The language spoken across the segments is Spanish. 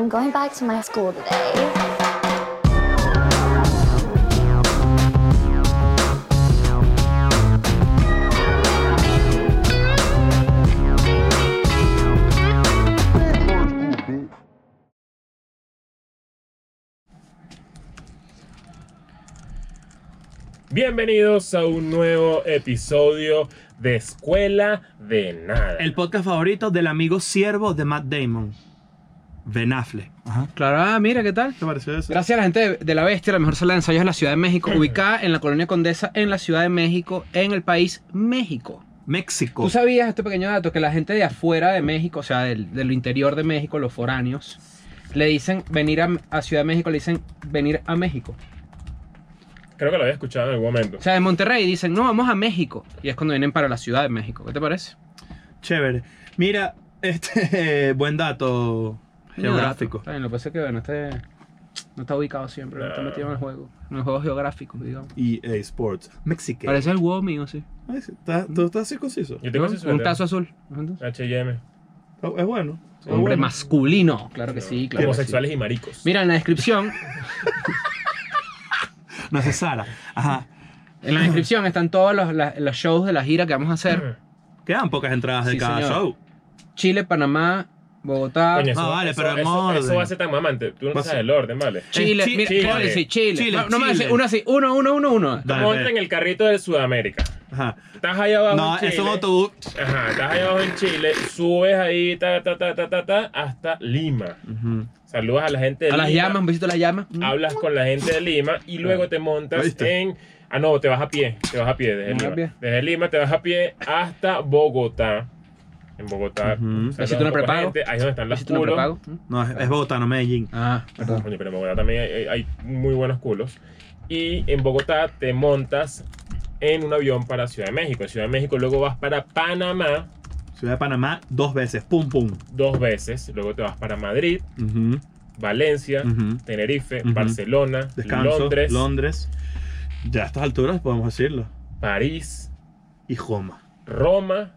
I'm going back to my school today. Bienvenidos a un nuevo episodio de Escuela de Nada. El podcast favorito del amigo siervo de Matt Damon, Ben Affleck. Ajá. Claro, mira, ¿qué tal? ¿Qué te pareció eso? Gracias a la gente de La Bestia, la mejor sala de ensayos de la Ciudad de México, ubicada en la Colonia Condesa, en la Ciudad de México, en el país México. México. ¿Tú sabías, este pequeño dato, que la gente de afuera de México, o sea, del interior de México, los foráneos, le dicen venir a Ciudad de México, le dicen venir a México? Creo que lo había escuchado en algún momento. O sea, en Monterrey dicen, no, vamos a México. Y es cuando vienen para la Ciudad de México. ¿Qué te parece? Chévere. Mira, buen dato geográfico. Está bien, lo que pasa es que bueno, no está ubicado siempre, no está metido en el juego. En el juego geográfico, digamos. EA Sports. México. Parece el huevo mío, sí. ¿Tú estás así conciso? Yo tengo ese Un suéter. tazo azul. H&M. Es bueno. Es Hombre bueno. masculino, claro que sí, claro. que sí. Homosexuales y maricos. Mira, en la descripción, No sé, Sara. Ajá. están todos los shows de la gira que vamos a hacer. Quedan pocas entradas de Sí, cada señor. show. Chile, Panamá, Bogotá. Coño, No, vale, pero en eso orden. va a ser tan mamante. Tú no Va a ser- sabes el orden, ¿vale? Chile, Chi- mira, Chile. ¿cómo dice? Chile. Chile, No me Chile. dice uno así, uno. Dale, Monta ve. en el carrito de Sudamérica. Ajá. Estás ahí abajo No, en Chile. es un autobús. Ajá, estás ahí abajo en Chile. Subes ahí, hasta Lima. Ujú. Saludas a la gente de A Lima. las llamas, un besito a las llamas. Hablas con la gente de Lima y luego te montas ¿Viste? en... Ah, no, te vas a pie desde ¿Vas a Lima. pie? Desde Lima te vas a pie hasta Bogotá. En Bogotá. Ujú. saludas Besito en a el poca prepago. gente, ahí es donde están los Besito en el culos. prepago. No, es Bogotá, no Medellín. Ah, perdón. Coño, pero en Bogotá también hay muy buenos culos. Y en Bogotá te montas en un avión para Ciudad de México. En Ciudad de México luego vas para Panamá Ciudad de Panamá 2 veces. Pum, pum. 2 veces. Luego te vas para Madrid, Ujú. Valencia, Ujú. Tenerife, Ujú. Barcelona, Descanso. Londres, Ya a estas alturas podemos decirlo. París, Y Roma. Roma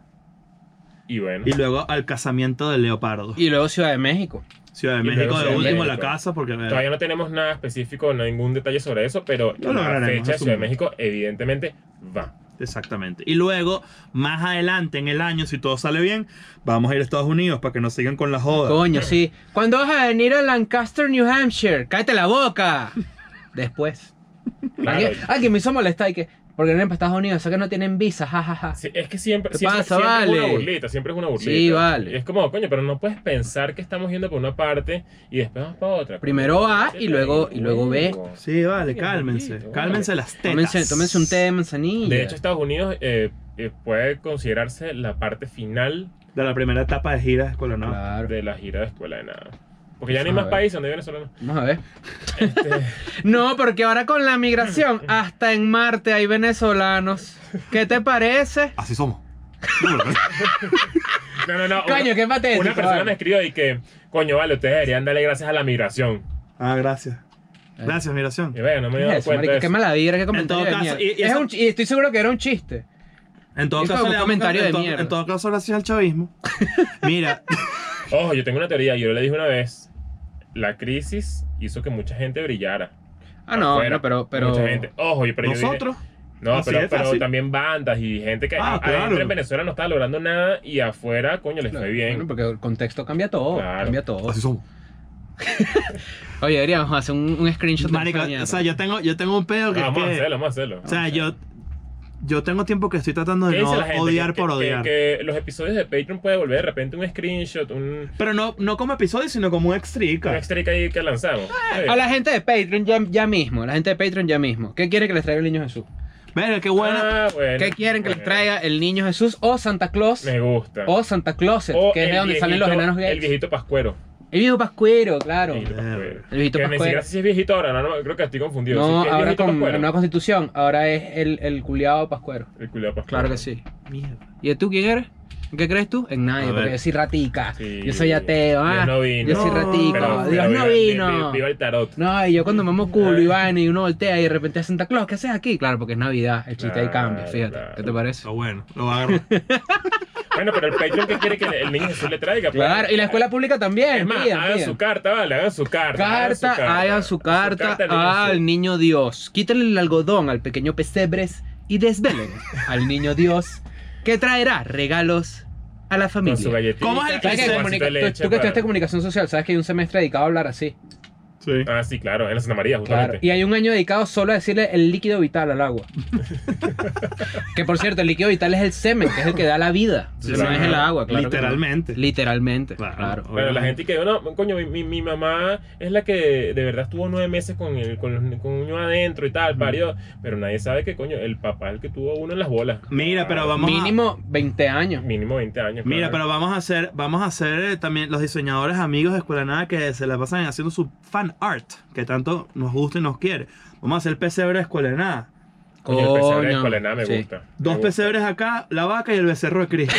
y bueno. Y luego al casamiento del leopardo. Y luego Ciudad de México. Ciudad de y México luego de Ciudad de último en la México. casa porque Todavía no tenemos nada específico, ningún detalle sobre eso, pero Lo la lograremos, fecha de Ciudad de asumo. México evidentemente va. Exactamente. Y luego, más adelante en el año, si todo sale bien, vamos a ir a Estados Unidos para que nos sigan con la joda. Coño, sí. ¿Cuándo vas a venir a Lancaster, New Hampshire? ¡Cállate la boca! Después. Claro. Alguien me hizo molestar y que... Porque vienen para Estados Unidos, eso que no tienen visa, jajaja. Sí, es que siempre, ¿Qué siempre, pasa, siempre es una vale? burlita, siempre es una burlita. Sí, vale. Y es como, coño, pero no puedes pensar que estamos yendo por una parte y después vamos para otra. Primero A y luego B. Sí, vale, Ay, cálmense. amiguito, Cálmense vale. las tetas. Tómense un té de manzanilla. De hecho, Estados Unidos puede considerarse la parte final De la primera etapa de gira de Escuela Nada. Claro. de la gira de Escuela de Nada. Porque ya no hay Vamos más a ver. países donde hay venezolanos. Vamos a ver. Este, No, porque ahora con la migración, hasta en Marte hay venezolanos. ¿Qué te parece? Así somos. no. Coño, qué patético. Una persona vale. me escribió y que, coño, vale, ustedes deberían darle gracias a la migración. Ah, gracias. Gracias, migración. Y vea, no me ¿Qué he dado es eso, cuenta marico? de Qué eso. mala vibra, qué comentario todo de caso, mierda. y eso- Y estoy seguro que era un chiste. En todo Es caso, como le damos- comentario de en todo- mierda. En todo caso, gracias al chavismo. Mira, Ojo, yo tengo una teoría, yo le dije una vez, la crisis hizo que mucha gente brillara. Ah, no, Afuera. no, pero... Mucha gente. Ojo, pero yo dije, nosotros. no, Así pero, es pero fácil. también bandas y gente que Ah, claro. adentro en Venezuela no estaba logrando nada y afuera, coño, les fue bien. Bueno, porque el contexto cambia todo. Claro. Cambia todo. Así somos. Oye, deberíamos hacer un screenshot Marico, de esa mierda. o sea, yo tengo un pedo que Ah, es vamos a que. hacerlo, vamos a hacerlo. O sea, yo tengo tiempo que estoy tratando ¿Qué de no dice la gente? odiar Que- por que- odiar. Que los episodios de Patreon puede volver de repente un screenshot, un Pero no como episodio, sino como un extrica. extra ahí que lanzamos. A la gente de Patreon ya mismo. La gente de Patreon ya mismo. ¿Qué quiere que les traiga el niño Jesús? Verga, qué buena. Ah, bueno, ¿Qué quieren que les bueno. traiga el niño Jesús o Santa Claus? Me gusta. O Santa Closet, O que es de el donde salen los viejito- enanos gays. El viejito pascuero. El viejo pascuero, claro. El viejito Verga. pascuero. El viejito Que ni pascuero. siquiera sé si es viejito ahora, no, creo que estoy confundido. No, Sí, que es ahora viejito con pascuero. la nueva constitución, ahora es el culiado pascuero. El culiao pascuero. Claro que sí. Mierda. ¿Y tú quién eres? ¿Qué crees tú? En nadie, A ver. porque yo soy ratica. Sí. Yo soy ateo. Dios Ah, no vino. yo soy No, ratico. Pero Dios no vino. Viva el tarot. No, y yo cuando mamo culo y vaina y uno voltea y de repente Santa Claus, ¿qué haces aquí? Claro, porque es Navidad, el chiste ahí cambia, Claro, fíjate. claro. ¿Qué te parece? Está bueno, lo va a agarrar. Bueno, pero el Patreon que quiere que el niño Jesús le traiga. pues. Claro, y la escuela pública también. Es más, pidan, hagan pidan. su carta, vale, hagan su carta. Hagan su carta al niño al Jesús. niño Dios. Quítenle el algodón al pequeño pesebres y desvelen al niño Dios que traerá regalos a la Con familia. su galletita. ¿Cómo es el ¿Sabes que qué? se- vasito de Tú leche que estudiaste para- comunicación social, sabes que hay un semestre dedicado a hablar así. Sí. Ah, sí, claro, en la Santa María, Claro. justamente. Y hay un año dedicado solo a decirle el líquido vital al agua. Que por cierto, el líquido vital es el semen, que es el que da la vida. Sí, no claro. es el agua, claro. que no. Literalmente. Literalmente, Claro. claro. Bueno, la gente que no, coño, mi mamá es la que de verdad estuvo 9 meses con un niño adentro y tal, varios, pero nadie sabe que, coño, el papá es el que tuvo uno en las bolas. Mira, pero vamos a... Mínimo 20 años. Mínimo 20 años. Mira, claro. pero vamos a hacer también los diseñadores amigos de Escuela de Nada que se la pasan haciendo su fan art, que tanto nos gusta y nos quiere. Vamos a hacer el pesebre de Escuela de Nada. Coño, el pesebre de Coño, escuela de nada me sí. gusta. Dos Me gusta. pesebres acá, la vaca y el becerro de Cristo.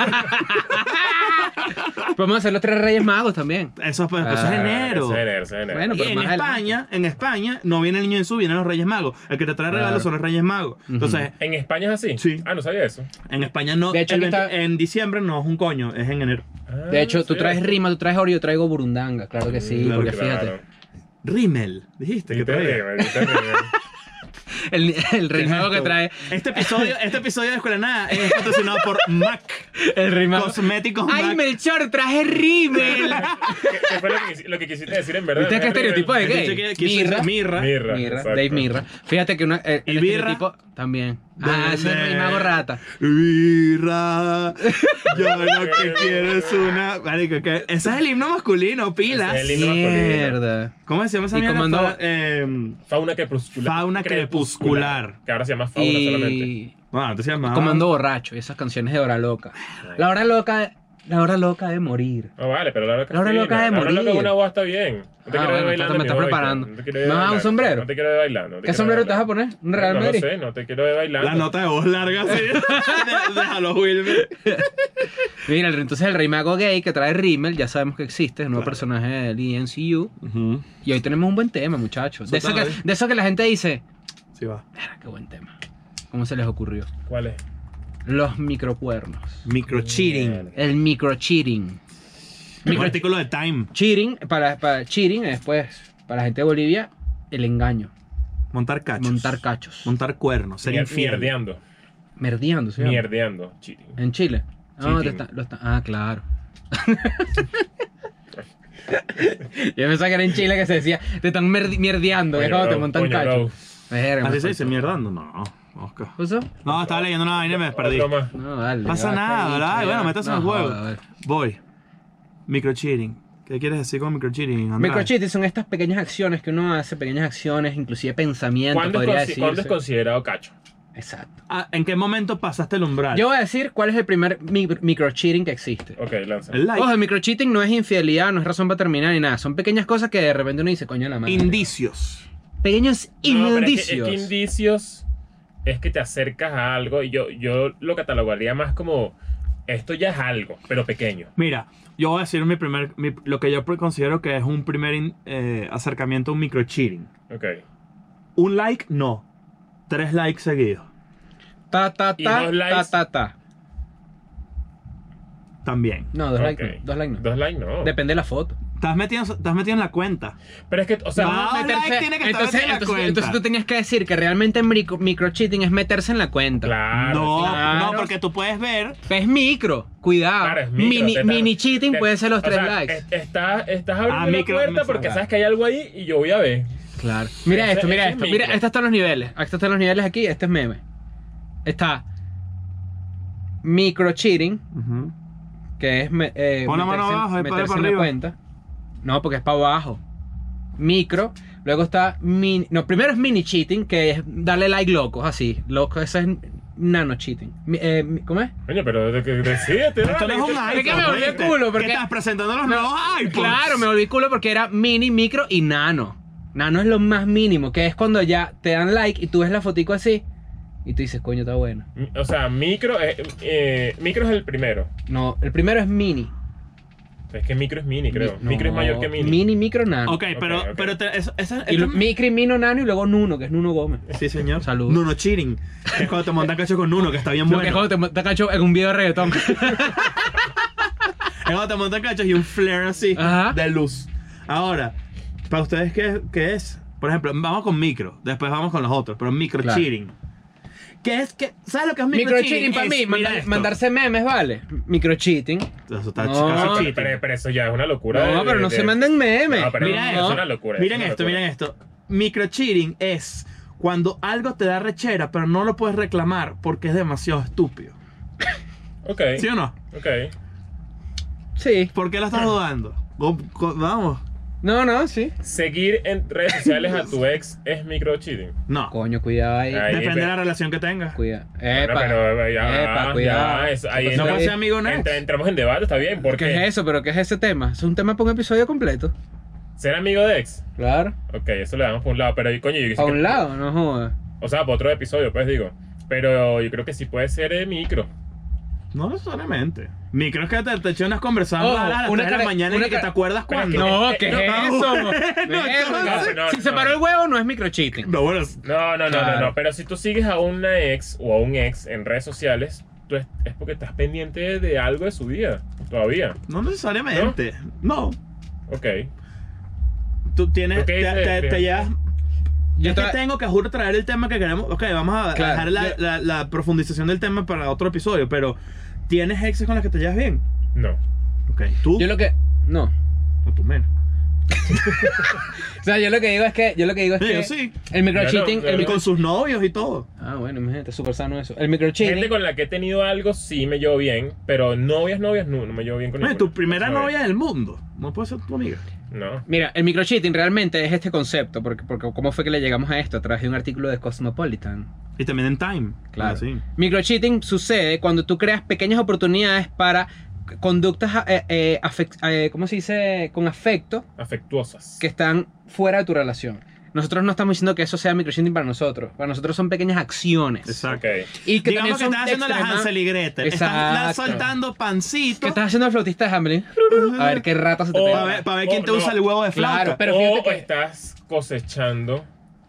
Podemos hacer los 3 Reyes Magos también. Eso es Ah, enero. Eso es enero, eso es enero. Bueno, Y pero en más España no viene el niño Jesús, vienen los Reyes Magos. El que te trae regalos Claro. son los Reyes Magos. Entonces, ¿En España es así? Sí. Ah, no sabía eso. en España no. De hecho, aquí está- En diciembre no es un coño, es en enero. Ah, De hecho, tú sí, traes eso. rima, tú traes oro, yo traigo burundanga. Claro que sí, Claro, porque Claro. fíjate. Rímel, dijiste que Dijiste traía. rima, dijiste rima. El rey mago que trae. Este episodio de Escuela de Nada es patrocinado por MAC. El rey mago. Cosméticos ¡Ay, MAC. Melchor, traje rímel! ¿Qué fue lo que quisiste decir en verdad? ¿Viste qué estereotipo de He dicho gay? que quise decir Mirra. Mirra. Mirra, exacto. Dave Mirra. Fíjate que el ¿Y birra? estereotipo también. Ah, ese es el rey mago rata. Mirra, yo lo que quiero es una... Marico, que ese es el himno masculino, pilas. Ese es el himno masculino. Mierda. ¿Cómo se llama esa ¿Y mierda? cómo andó? Fauna crepuscular. Fauna crepuscular. Que ahora se llama fauna solamente. Y Bueno, antes se llamaba... Comando Borracho y esas canciones de Hora Loca. La hora loca de morir. No vale, pero la hora La hora loca de La hora loca morir. con una voz está bien. No te Ah, quiero ver bueno, bailando. me mi estás voz, preparando. No te quiero ver ¿No, un bailando. sombrero? No te quiero ver bailando. ¿Qué sombrero te vas a poner? ¿Un Real No lo Madrid? sé, no te quiero ver bailando. La nota de voz larga así. Déjalo, Wilmer. Mira, entonces el rey mago gay que trae rímel, ya sabemos que existe, es un nuevo Claro. personaje del ENCU. Y hoy tenemos un buen tema, muchachos. De eso, Suéltalo que, ahí. de eso que la gente dice, Sí va. "Mira, qué buen tema. ¿Cómo se les ocurrió? ¿Cuál es? Los microcuernos. Microcheating. El microcheating. Un artículo de Time. Cheating, para cheating, después, para la gente de Bolivia, el engaño. Montar cachos. Montar cachos. Montar cuernos. Ser infiel. Mierdeando. Merdeando, ¿se llama? Mierdeando. Cheating. En Chile. No, Cheating. claro. Yo pensaba que era en Chile que se decía, te están mierdeando, que es Coño, cuando te bro, montan coño, cachos. bro. Verga, ¿Así me se dice faltó. mierdando? No, Oscar. ¿Puso? No, estaba leyendo una vaina y me perdí. Otro más. No, dale. Pasa ya, nada, qué ¿verdad? bicho, Ay, bueno, ya. métase No, en el juego. joda, a ver. Voy. Microcheating. ¿Qué quieres decir con microcheating, Andrade? Microcheating son estas pequeñas acciones que uno hace, pequeñas acciones, inclusive pensamiento, podría decirse. ¿Cuándo es considerado cacho? Exacto. Ah, ¿en qué momento pasaste el umbral? Yo voy a decir cuál es el primer microcheating que existe. Ok, lanza. El like. Ojo, el microcheating no es infidelidad, no es razón para terminar ni nada. Son pequeñas cosas que de repente uno dice, coño, la madre. Indicios. Pequeños No, pero indicios. es que indicios es que te acercas a algo y yo lo catalogaría más como esto ya es algo, pero pequeño. Mira, yo voy a decir lo que yo considero que es un primer acercamiento a un microcheating. Ok. Un like, no. 3 likes seguidos. Ta, ta, Y ta, dos likes. ta, ta, ta. También. No, dos Ok. likes no. Dos likes no. Dos likes no. Depende de la foto. Estás metido en la cuenta. Pero es que, o sea, No, like tiene que estar en la cuenta. entonces tú tenías que decir que realmente microcheating es meterse en la cuenta. claro. No, claro. no, porque tú puedes ver. Es micro, cuidado. Claro, es micro, Mini cheating puede ser los o 3 sea, likes. Estás abriendo la micro, puerta porque claro. sabes que hay algo ahí y yo voy a ver. Claro. Mira Ese- esto, mira ese es esto. micro. Mira, estos están los niveles. Estos están los niveles aquí. Este es meme. Está microcheating, que es Pon la mano abajo, es para meterse en la arriba. cuenta. No, porque es para abajo. Micro. Luego está mini. No, primero es mini cheating, que es darle like locos, así. Loco, eso es nano cheating. ¿Cómo es? Coño, pero decídete. Esto no es un iPhone. Es que me volví ¿viste? culo, porque- ¿Qué estás presentando los No, nuevos iPhones? Claro, me volví culo porque era mini, micro y nano. Nano es lo más mínimo, que es cuando ya te dan like y tú ves la fotico así Y tú dices, coño, está bueno. O sea, micro es el primero. No, el primero es mini. Es que micro es mini, creo. No, Micro es mayor que mini. Mini, micro, nano. Ok, pero, ok. pero Y micro, mino, nano y luego Nuno, que es Nuno Gómez. Sí, señor. Salud. Nuno Cheating. Que es cuando te montan cacho con Nuno, que está bien Lo que bueno. es cuando te cacho en un video de reggaetón. Es cuando te montan cachos y un flare así Ajá. de luz. Ahora, para ustedes, ¿qué es? Por ejemplo, vamos con micro, después vamos con los otros, pero micro Claro. cheating. ¿Qué es? ¿Sabes lo que es micro, Micro cheating para Es, mí, mira esto. mandarse memes, ¿vale? Micro cheating. Eso está No, casi No, cheating. pero eso ya es una locura. No, pero no se manden memes. No, pero Mira es esto. una locura. Miren es una esto, locura. miren esto. Micro cheating es cuando algo te da rechera, pero no lo puedes reclamar porque es demasiado estúpido. Ok. ¿Sí o no? Ok. Sí. ¿Por qué lo estás dudando? Vamos. No, sí. Seguir en redes sociales a tu ex es micro cheating. No. Coño, cuidado ahí. Ahí, Depende de pero- la relación que tengas. Cuidado. Bueno, Epa. pero ya, cuidado. ya, eso- ahí No No entra- puedes ser amigo de un ex. entramos en debate, está bien. ¿Qué Porque es eso? ¿Pero qué es ese tema? Es un tema para un episodio completo. ser amigo de ex. Claro. Ok, eso le damos por un lado. Pero coño, yo A un lado, no jodas. O sea, para otro episodio, pues digo. Pero yo creo que sí puede ser micro. No necesariamente. Micro es que te echanas conversando Ojo, a las 3 de la cara- mañana y una que te cara- acuerdas Pero es cuándo. No, ¿qué es eso? Verga. no, Si se no. paró el huevo, no es micro cheating. No, bueno, No. Claro. Pero si tú sigues a una ex o a un ex en redes sociales, tú es porque estás pendiente de algo de su vida. Todavía. no necesariamente. No. Ok. Tú tienes. ¿Tú qué dices, Te Fíjate? llevas. Yo Es que te- tengo que juro traer el tema que queremos. Ok, vamos a Claro, dejar la profundización del tema para otro episodio. Pero, ¿tienes exes con las que te llevas bien? No. Ok, tú. Yo lo que. No. O tú menos. O sea, yo lo que digo es que. Yo sí. El micro Yo no, cheating. yo el no. Y micro- con sus novios y todo. Ah, bueno, imagínate, súper sano eso. El micro cheating. Gente con la que he tenido algo sí me llevo bien, pero novias no me llevo bien con Oye, ninguna. tu primera No, novia del mundo. No puede ser tu amiga. No. Mira, el micro cheating realmente es este concepto. Porque ¿cómo fue que le llegamos a esto? A través de un artículo de Cosmopolitan. Y también en Time. Claro. Ah, sí. Microcheating sucede cuando tú creas pequeñas oportunidades para conductas, ¿cómo se dice? Con afecto, Afectuosas. que están fuera de tu relación. Nosotros no estamos diciendo que eso sea microcheating para nosotros. Para nosotros son pequeñas acciones. Exacto. Ok. Y que Digamos que también son estás haciendo la extremas- Hansel y Gretel. Estás Exacto. soltando pancito. Que estás haciendo el flautista de Hamelin. A ver qué rata se te O- pega. Para ver quién te no. usa el huevo de flauta. Claro, pero fíjate O que- estás cosechando.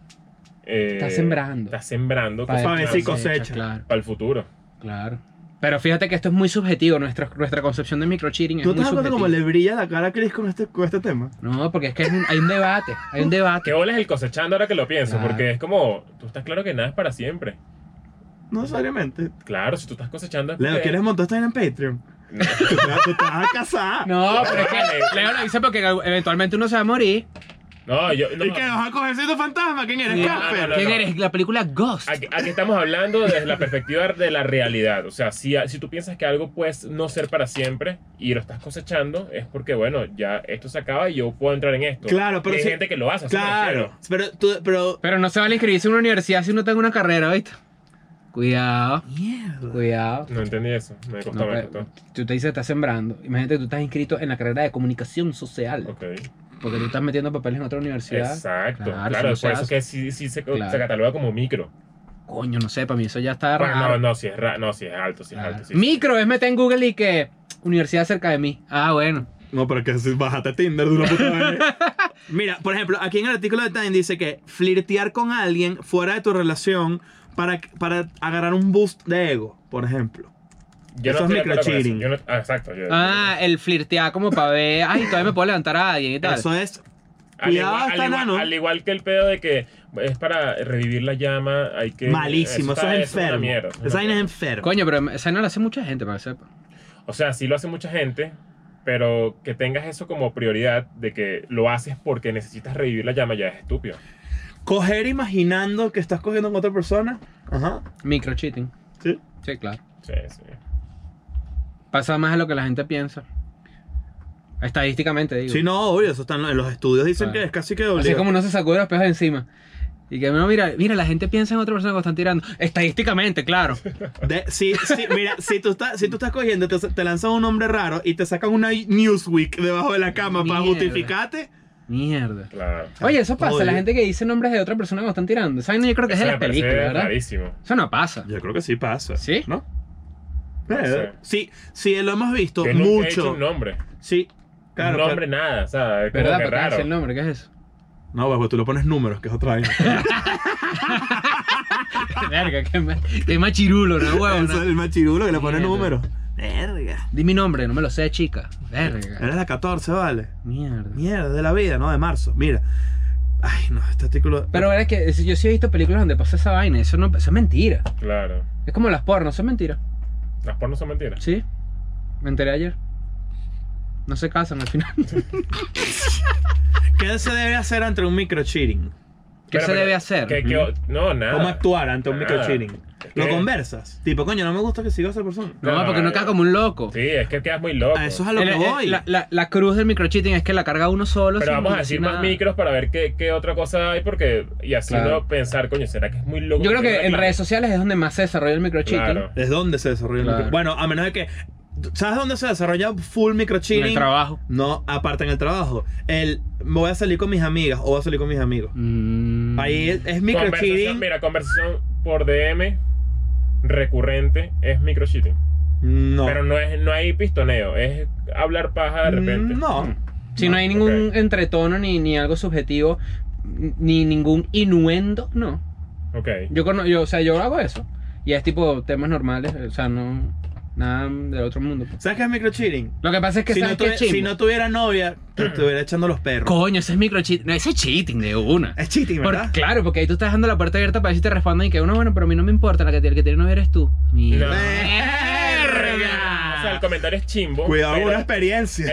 Estás sembrando. Estás sembrando Pa' ver si cosecha. Claro, para el futuro. claro. Pero fíjate que esto es muy subjetivo. Nuestra concepción de microcheating es ¿Tú te muy das cuenta subjetiva. cómo le brilla la cara a Chris con este tema? No, porque es que hay un debate. Hay un debate. ¿Qué bola es el cosechando ahora que lo pienso? Claro. Porque es como, tú estás claro que nada es para siempre. No necesariamente. Claro, si tú estás cosechando es Leo, porque- ¿quieres montar esta en Patreon? No. Tú te vas a casar. No, pero es que Vale. Leo lo dice porque eventualmente uno se va a morir. No, yo. No, ¿Y que vas a coger siendo fantasma? ¿Quién eres? No, Casper. no, ¿Quién no. eres? La película Ghost. aquí estamos hablando desde la perspectiva de la realidad. O sea, si tú piensas que algo puede no ser para siempre y lo estás cosechando, es porque, bueno, ya esto se acaba y yo puedo entrar en esto. Claro, pero Y hay si- gente que lo hace. a eso me Claro. refiero. Pero. Pero no se vale inscribirse en una universidad si uno tenga una carrera, ¿viste? Cuidado, Mierda. cuidado. No entendí eso. Me costó, No, me pero costó. tú te dices que estás sembrando. Imagínate que tú estás inscrito en la carrera de comunicación social. Ok. Porque tú estás metiendo papeles en otra universidad. Exacto. Claro, Claro, eso por no se eso hace. que sí se Claro. cataloga como micro. Coño, no sé, para mí eso ya está Bueno, raro. no, si es no, si es alto, si es Claro. alto. sí, Micro es meter en Google y que universidad cerca de mí. Ah, bueno. No, pero que si bájate Tinder de una puta vez. Mira, por ejemplo, aquí en el artículo de Time dice que flirtear con alguien fuera de tu relación para agarrar un boost de ego, por ejemplo. Yo Eso no es estoy de acuerdo con eso. microcheating. Yo no- exacto. Ah, el flirtear como para ver. Ay, todavía me puedo levantar a alguien y tal. Eso es. Al Cuidado, igual, está nano. al igual que el pedo de que es para revivir la llama, hay que. Malísimo, eso está- es una enfermo. mierda, es una Esa vaina es mierda. enfermo. Coño, pero esa no la hace mucha gente, para que sepa. O sea, sí lo hace mucha gente, pero que tengas eso como prioridad de que lo haces porque necesitas revivir la llama ya es estúpido. Coger imaginando que estás cogiendo con otra persona. Ajá. Microcheating. Sí. Sí, claro. Sí, sí. Pasa más de lo que la gente piensa. Estadísticamente, digo. Sí, no, obvio, eso está en los estudios. Dicen Claro. que es casi que Así obligado. como no se sacude los pesos encima. Y que no, mira, la gente piensa en otra persona cuando están tirando. Estadísticamente, claro. Sí, mira, si tú estás cogiendo, te lanzan un nombre raro y te sacan una Newsweek debajo de la cama para Mierda. justificarte, Mierda. Claro. Oye, eso pasa, Oye. la gente que dice nombres de otra persona cuando están tirando. Esa vaina yo creo que es de Eso las me parece películas, ¿verdad? rarísimo. Eso no pasa. Yo creo que sí pasa. ¿Sí? ¿No? No sé. Sí, sí, lo hemos visto Yo nunca he hecho mucho. un nombre. Sí, claro. un nombre nada, o sea, es como ¿Verdad? que ¿Para qué raro. el nombre? ¿Qué es eso? No, pues tú le pones números, que es otra vaina. Verga, qué machirulo, ¿no, huevo? Eso es el machirulo que le pone Mierda. números. Verga. Di mi nombre, no me lo sé, chica. Verga. Eres la 14, vale. Mierda. Mierda, de la vida, no de marzo. Mira. Ay, no, este artículo. Pero es que yo sí he visto películas donde pasa esa vaina. Eso es mentira. Claro. Es como las pornos, eso es mentira. Las pornos son mentiras. ¿Sí? Me enteré ayer. No se casan al final. ¿Qué se debe hacer ante un micro cheating? ¿Qué se debe hacer? No, nada. ¿Cómo actuar ante un Nada. micro cheating? ¿Lo ¿Qué? conversas? Tipo, coño, no me gusta que siga esa persona. No, porque no queda como un loco. Sí, es que quedas muy loco. A eso es a lo que voy. La cruz del microcheating es que la carga uno solo. Pero sin vamos a decir nada. más micros para ver qué otra cosa hay, porque y así Claro. uno pensar, coño, ¿será que es muy loco? Yo creo que en Claro. redes sociales es donde más se desarrolla el microcheating. Claro. ¿Es dónde se desarrolla el Claro. micro? Bueno, a menos de que. ¿Sabes dónde se desarrolla full micro En cheating? el trabajo. No, aparte en el trabajo. Voy a salir con mis amigas o voy a salir con mis amigos. Ahí es micro Conversación, cheating. mira, conversación por DM recurrente es micro cheating. No. Pero no hay pistoneo, es hablar paja de repente. No. Si no hay ningún ok. entretono ni algo subjetivo, ni ningún innuendo, no. Ok. Yo hago eso. Y es tipo temas normales, o sea, no. Nada del otro mundo. ¿Sabes qué es micro cheating? Lo que pasa es que Si ¿sabes no, qué chimbo? si no tuviera novia, te estuviera echando los perros. Coño, ese es microcheating. No, ese es cheating de una. Es cheating, ¿verdad? Claro, porque ahí tú estás dejando la puerta abierta para ver si te responden y que uno, bueno, pero a mí no me importa, el que tiene novia eres tú. No. Mierda. O sea, el comentario es chimbo. Cuidado con pero- una experiencia.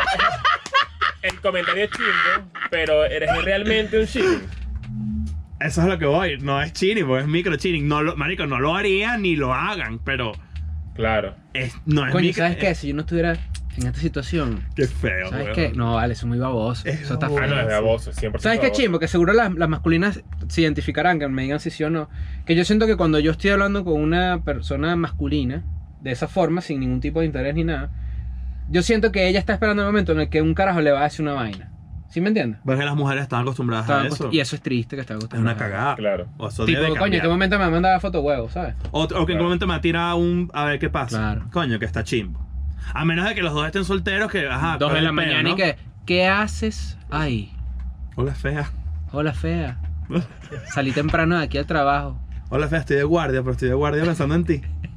el comentario es chimbo, pero eres realmente un cheating. Eso es a lo que voy. No es cheating, porque es micro cheating. Marico, no lo harían ni lo hagan, pero Claro. no es Coño, micro. ¿sabes qué? Si yo no estuviera en esta situación, Qué feo, ¿sabes weón. qué? No, vale, eso es muy baboso. Es Eso está baboso. Ah, no, feo. es baboso, 100%. ¿Sabes qué baboso. chimbo? Que seguro las masculinas se identificarán, que me digan si sí o no. Que yo siento que cuando yo estoy hablando con una persona masculina, de esa forma, sin ningún tipo de interés ni nada, yo siento que ella está esperando el momento en el que un carajo le va a decir una vaina. ¿Sí me entiendes? Ves que las mujeres están acostumbradas a eso. Y eso es triste que está Es acostumbrado. una cagada. Claro. O eso Tipo, debe coño, ¿en cambiar. qué momento me manda foto huevo, sabes? O que en qué Claro. momento me tira a ver qué pasa. Claro. Coño, que está chimbo. A menos de que los dos estén solteros, que ajá. 2 ¿cuál de es la el peo, mañana no? y que, ¿qué haces? Ay, Hola, fea. hola fea. Salí temprano de aquí al trabajo. Hola, fea, estoy de guardia, pero estoy de guardia pensando en ti.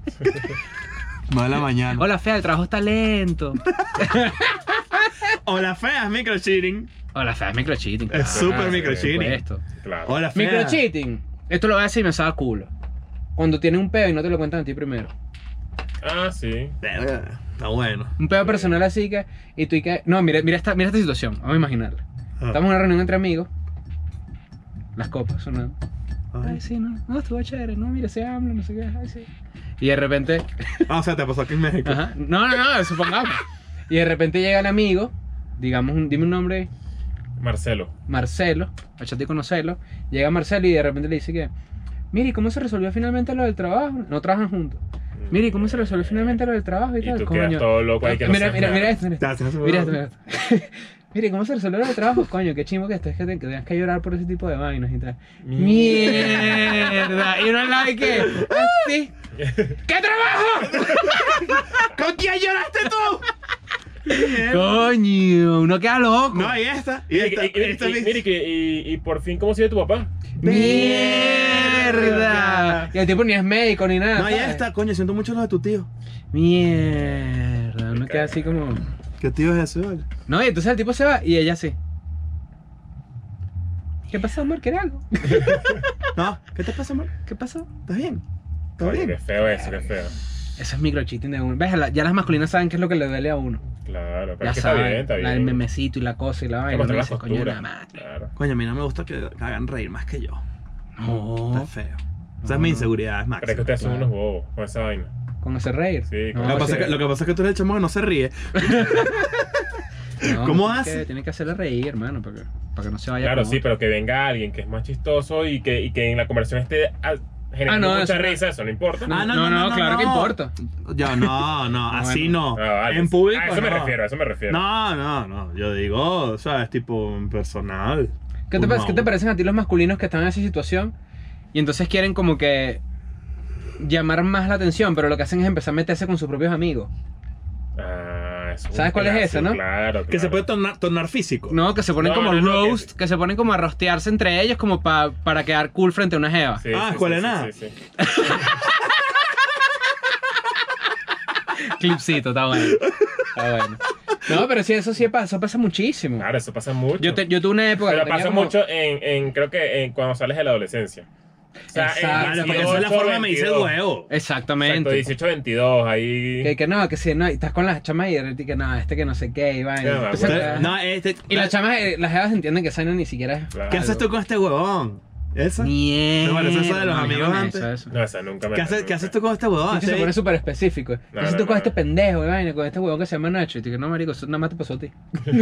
9 de la mañana. Hola fea, el trabajo está lento. Hola, fea, es micro cheating. Hola fea, es microcheating. Es súper microcheating. Esto. Claro. Hola, fea. Microcheating. Esto lo voy a decir y me saca culo. Cuando tienes un peo y no te lo cuentan a ti primero. Ah, sí. Verga, está bueno. Un peo personal así que. Y tú y que. No, mira esta situación. Vamos a imaginarla. Ah. Estamos en una reunión entre amigos. Las copas sonando. Ay, Ay. sí, no, estuvo chévere. No, mira, se habla, no sé qué. Ay, sí. Y de repente. Ah, o sea, te pasó aquí en México. Ajá. No, supongamos. Y de repente llega el amigo. Digamos, dime un nombre. Marcelo. Marcelo. Achate conocerlo. Llega Marcelo y de repente le dice que. Mire, ¿cómo se resolvió finalmente lo del trabajo? No trabajan juntos. Mire, ¿cómo se resolvió finalmente lo del trabajo y Y tal? tú Coño. quedas todo loco ahí que no Mira, sabes mira, nada. mira esto, mira esto. Ya, si no se me Mira va. esto, mira esto. Mire, ¿cómo se resolvió el trabajo? Coño, qué chimo que estés que tengas que llorar por ese tipo de vainas y tal. Mierda. Y uno al lado de qué. Así. ¿Qué trabajo? ¿Con quién lloraste tú? Coño, uno queda loco. No, y esta. Y esta. Y por fin, ¿cómo sigue tu papá? Mierda. Y el tipo ni es médico ni nada. No, y ¿sabes? esta. Coño, siento mucho lo de tu tío. Mierda. Uno queda así como. ¿Qué tío es ese, vale? No, y entonces el tipo se va y ella sí. ¿Qué pasó, amor? ¿Quieres algo? No, ¿qué te pasa, amor? ¿Qué pasó? ¿Estás bien? ¿Todo Oye, qué bien? feo eso, qué feo. Eso es microcheating de uno. ¿Ves? Ya las masculinas saben qué es lo que le duele a uno. Claro, pero Ya es que está saben. bien, está bien. El memecito y la cosa y la Hay que vaina. mostrar Uno las dice, coño, costuras. la madre. Claro. Coño, a mí no me gusta que hagan reír más que yo. No. Está feo. Esa es mi inseguridad, es Pero es que máxima. ustedes son Claro. unos bobos con esa vaina. Con ese reír. Sí, No, con- Lo que, pasa sí. es que, lo que pasa es que tú eres el chamo que no se ríe. No, ¿Cómo tiene hace? Tiene que hacerle reír, hermano, para que no se vaya. Claro, con sí, otro. pero que venga alguien que es más chistoso y que en la conversación esté generando no, mucha eso no. risa, eso no importa. Ah, No, claro que importa. Yo no, así no. Ah, vale. En público A eso me no. refiero, a eso me refiero. No. Yo digo, ¿sabes? Tipo personal. ¿Qué te, No. ¿Qué te parecen a ti los masculinos que están en esa situación y entonces quieren como que llamar más la atención, pero lo que hacen es empezar a meterse con sus propios amigos? Ah, eso ¿Sabes cuál es esa, no? Claro, Que se claro. puede tornar físico. No, que se ponen No, como no, no, roast, que se ponen como a rostearse entre ellos como para quedar cool frente a una jeva. Sí, Ah, sí, escuela sí, de nada. sí. Clipcito, está bueno. Está bueno. No, pero sí, eso pasa muchísimo. Claro, eso pasa mucho. Yo tuve una época Pero que tenía pasa como- mucho creo que cuando sales de la adolescencia. O sea, Exacto. Claro, porque esa es la 18, forma de me dice el 22. huevo. Exactamente. Exacto, 18, 22, ahí... Que no, que si no, y estás con las chamas y que no, que no sé qué, y vaina. Sí, me Entonces, acuerdo. No, y las chamas, las jevas entienden que esa vaina ni siquiera es... Claro. ¿Qué haces tú con este huevón? ¿Eso? Mierda. Me parece eso de los No, amigos dígame antes. eso. No, esa nunca me... ¿Qué haces tú con este huevón? Sí, se pone súper específico. ¿Qué haces tú no, con no. este pendejo, y vaina, con este huevón que se llama Nacho? Y te digo, no, marico, eso nada más te pasó a ti.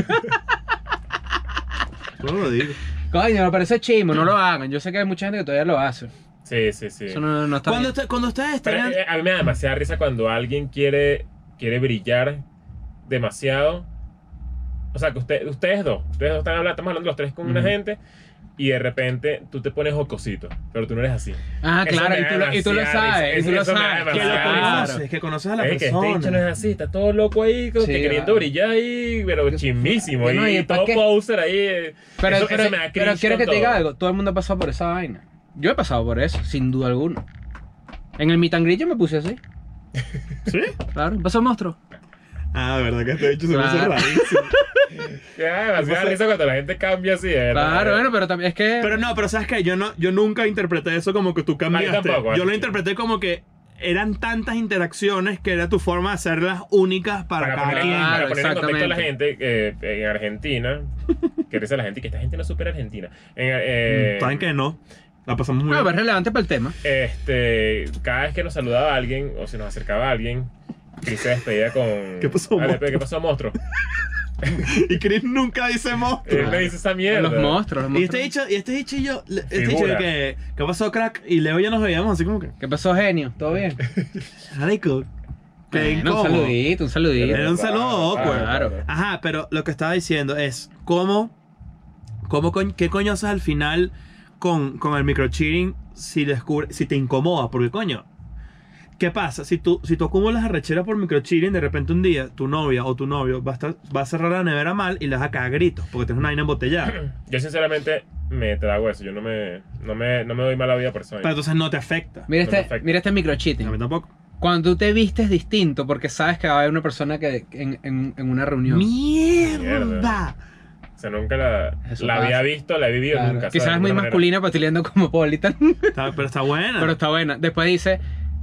No lo digo. Coño, me parece chimo, no lo hagan. Yo sé que hay mucha gente que todavía lo hace. Sí. Eso no está Cuando, bien. cuando ustedes Pero están... a mí me da demasiada risa cuando alguien quiere brillar demasiado. O sea, que ustedes dos están hablando, estamos hablando los tres con una Ujú. gente y de repente tú te pones jocosito, pero tú no eres así. Ah, Eso claro, me da y tú lo demasiada sabes, y risa. tú lo Eso me da sabes. Que lo demasiada conoces, que conoces a la Es que este persona. bicho no es así, está todo loco ahí, como Sí, que queriendo va. brillar ahí, pero chimbísimo, No, y ¿y pa' todo qué? poser ahí. Pero, eso pero, me da pero cringe quiero con que te diga todo. algo. Todo el mundo ha pasado por esa vaina. Yo he pasado por eso, sin duda alguna. En el meet and greet yo me puse así. ¿Sí? Claro, pasó el monstruo. Ah, verdad que este bicho se puso Claro. rarísimo. Que da demasiada risa cuando la gente cambia así, de verdad. Claro, bueno, pero también es que... Pero no, pero ¿sabes qué? Yo nunca interpreté eso como que tú cambiaste. tampoco, Yo lo así. interpreté como que eran tantas interacciones que era tu forma de hacerlas únicas para cada poner, quien. Claro, para poner en contexto a la exactamente. gente, en Argentina, que dice la gente que esta gente no es súper argentina. ¿Saben que no? La pasamos muy Bueno, bien. pero es relevante para el tema. Cada vez que nos saludaba a alguien o se nos acercaba a alguien, Chris se despedía con... ¿Qué pasó, Vale, monstruo? ¿qué pasó, monstruo? Y Chris nunca dice monstruo. Él me dice esa mierda. Los monstruos, los Y monstruos. este dicho y yo, este dicho Figura. que, ¿qué pasó, crack? Y Leo ya nos veíamos así como que, ¿Qué pasó, genio? ¿Todo bien? marico, qué Bueno, un incómodo. saludito, un saludito. Era un saludo Claro. awkward. Ajá, pero lo que estaba diciendo es, ¿qué coño haces al final con el microcheating si te incomoda? Porque coño, ¿qué pasa? Si tú acumulas arrechera por microcheating, de repente un día tu novia o tu novio va a cerrar la nevera mal y le vas a cagar gritos porque tienes una vaina embotellada. Yo sinceramente me trago eso. Yo no me doy mala vida por eso. Pero entonces no te afecta. Mira No me este, afecta. mira este A mí microcheating. tampoco. Cuando tú te vistes distinto porque sabes que va a haber una persona que en una reunión. ¡Mierda! O sea, nunca la Eso había pasa. visto, la he vivido Claro. nunca. Quizás ¿sabes? es muy De alguna masculina, pero estoy leyendo como Politan. Pero está buena. Pero está buena. Después dice: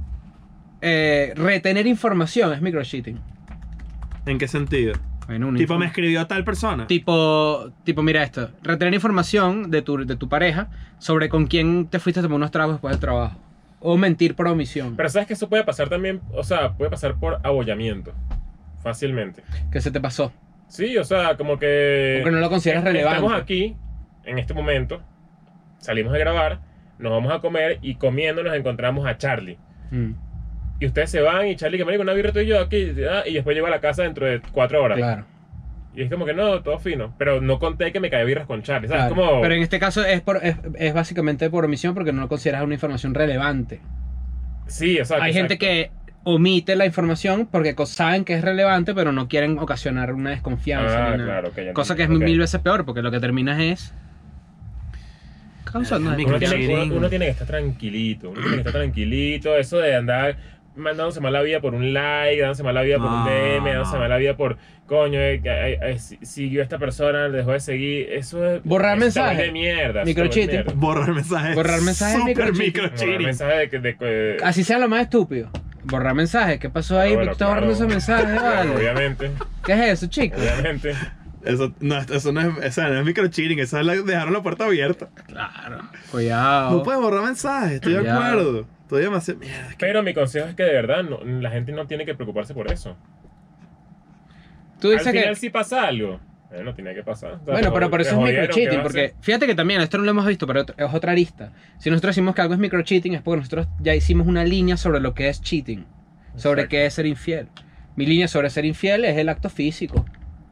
retener información es microcheating. ¿En qué sentido? Bueno, Tipo, me escribió tal persona. Tipo, mira esto. Retener información de tu pareja sobre con quién te fuiste a tomar unos tragos después del trabajo. O mentir por omisión. Pero sabes que eso puede pasar también, o sea, puede pasar por abollamiento. Fácilmente. ¿Qué se te pasó? Sí, o sea, como que... Porque no lo consideras relevante. Estamos aquí, en este momento, salimos de grabar, nos vamos a comer y comiendo nos encontramos a Charlie. Mm, Y ustedes se van y Charlie que me dice, una birra tú y yo aquí, y después llego a la casa dentro de 4 horas. claro. Y es como que no, todo fino. Pero no conté que me caí birras con Charlie, ¿sabes? Claro. Como... Pero en este caso es básicamente por omisión porque no lo consideras una información relevante. Sí, o sea, Hay gente que omite la información porque saben que es relevante, pero no quieren ocasionar una desconfianza. Ah, ni nada. claro, ok, ya Cosa que es entendí. Ok. mil veces peor, porque lo que terminas es causando Amigo, Uno desconfianza. tiene, uno tiene que estar tranquilito, eso de andar mandándose mala vida por un like, dándose mala vida por un No, DM, dándose no. mala vida por, coño, siguió a esta persona, le dejó de seguir, eso es... Borrar eso mensajes. te vuelve mierda. Microcheating. Borrar mensajes. Borrar mensajes Super microcheating. Borrar microcheating. mensajes de Así sea lo más estúpido. Borrar mensajes. ¿Qué pasó ahí? bueno, ¿Por qué estás borrando claro. esos mensajes? Claro, Vale. obviamente, ¿Qué es eso, chicos? obviamente. Eso no es microcheating, eso es dejaron la puerta abierta. Claro. Cuidado. No puedes borrar mensajes, estoy de Ya. acuerdo. Estoy demasiado. Mierda, es que- Pero mi consejo es que de verdad la gente no tiene que preocuparse por eso. Tú Al dices final que... sí pasa algo. Bueno, tiene que pasar. O sea, Bueno, pero por te eso es jodieron, ¿qué microcheating, vas a porque hacer? fíjate que también, esto no lo hemos visto, pero es otra arista. Si nosotros decimos que algo es microcheating es porque nosotros ya hicimos una línea sobre lo que es cheating, sobre Exacto. qué es ser infiel. Mi línea sobre ser infiel es el acto físico.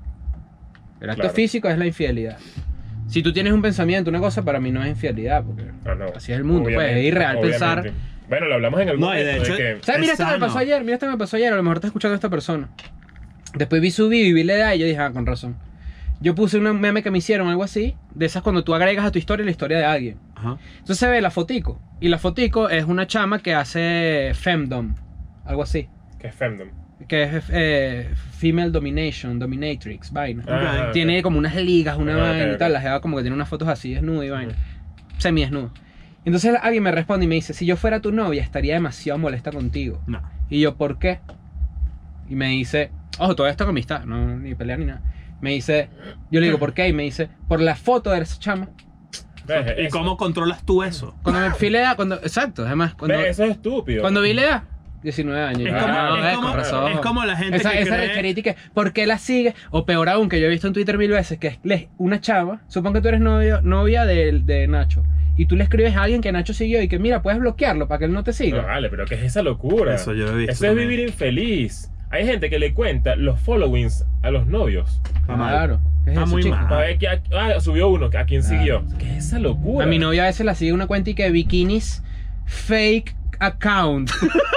El acto Claro. físico es la infidelidad. Si tú tienes un pensamiento, una cosa, para mí no es infidelidad, porque Ah, no. así es el mundo, pues, Obviamente, es irreal pensar. obviamente. Bueno, lo hablamos en algún No, y de momento hecho- de que... ¿Sabes? Mira Es esto que me sano. pasó ayer, mira esto que me pasó ayer, a lo mejor está escuchando a esta persona. Después vi su video y vi la edad y yo dije, ah, con razón. Yo puse una meme que me hicieron, algo así, de esas cuando tú agregas a tu historia la historia de alguien. Ajá. Entonces se ve la fotico, y la fotico es una chama que hace femdom, algo así. Que es femdom. Que es female domination, dominatrix, vaina. Ah, ok. Tiene como unas ligas, una Ah, vaina ok, y tal, ok. la jeva como que tiene unas fotos así, desnuda y vaina. Semidesnuda. Entonces alguien me responde y me dice, si yo fuera tu novia estaría demasiado molesta contigo. No. Y yo, ¿por qué? Y me dice, ojo, todo esto con amistad, no ni pelea ni nada. Me dice, yo le digo, ¿por qué? Y me dice, por la foto de esa chama. ¿Ves? ¿Y Eso- cómo controlas tú eso? Cuando me fui la edad, exacto, además, cuando, ¿Ves? Eso es estúpido. cuando vi la edad, 19 años. Es yo, como, ah, es ves, como- con razón. es como la gente Esa que cree... recherita que, ¿por qué la sigue? O peor aún, que yo he visto en Twitter 1000 veces, que es una chava, supongo que tú eres novia de Nacho, y tú le escribes a alguien que Nacho siguió y que, mira, puedes bloquearlo para que él no te No, siga. vale, pero ¿qué es esa locura? Eso yo lo he visto Eso es también. vivir infeliz. Hay gente que le cuenta los followings a los novios. Está mal. Claro. ¿Qué es Está eso, muy chico? mal. Para ver que subió uno, ¿a quién siguió? ¿Qué es esa locura? A mi novia a veces la sigue una cuenta y que bikinis fake account.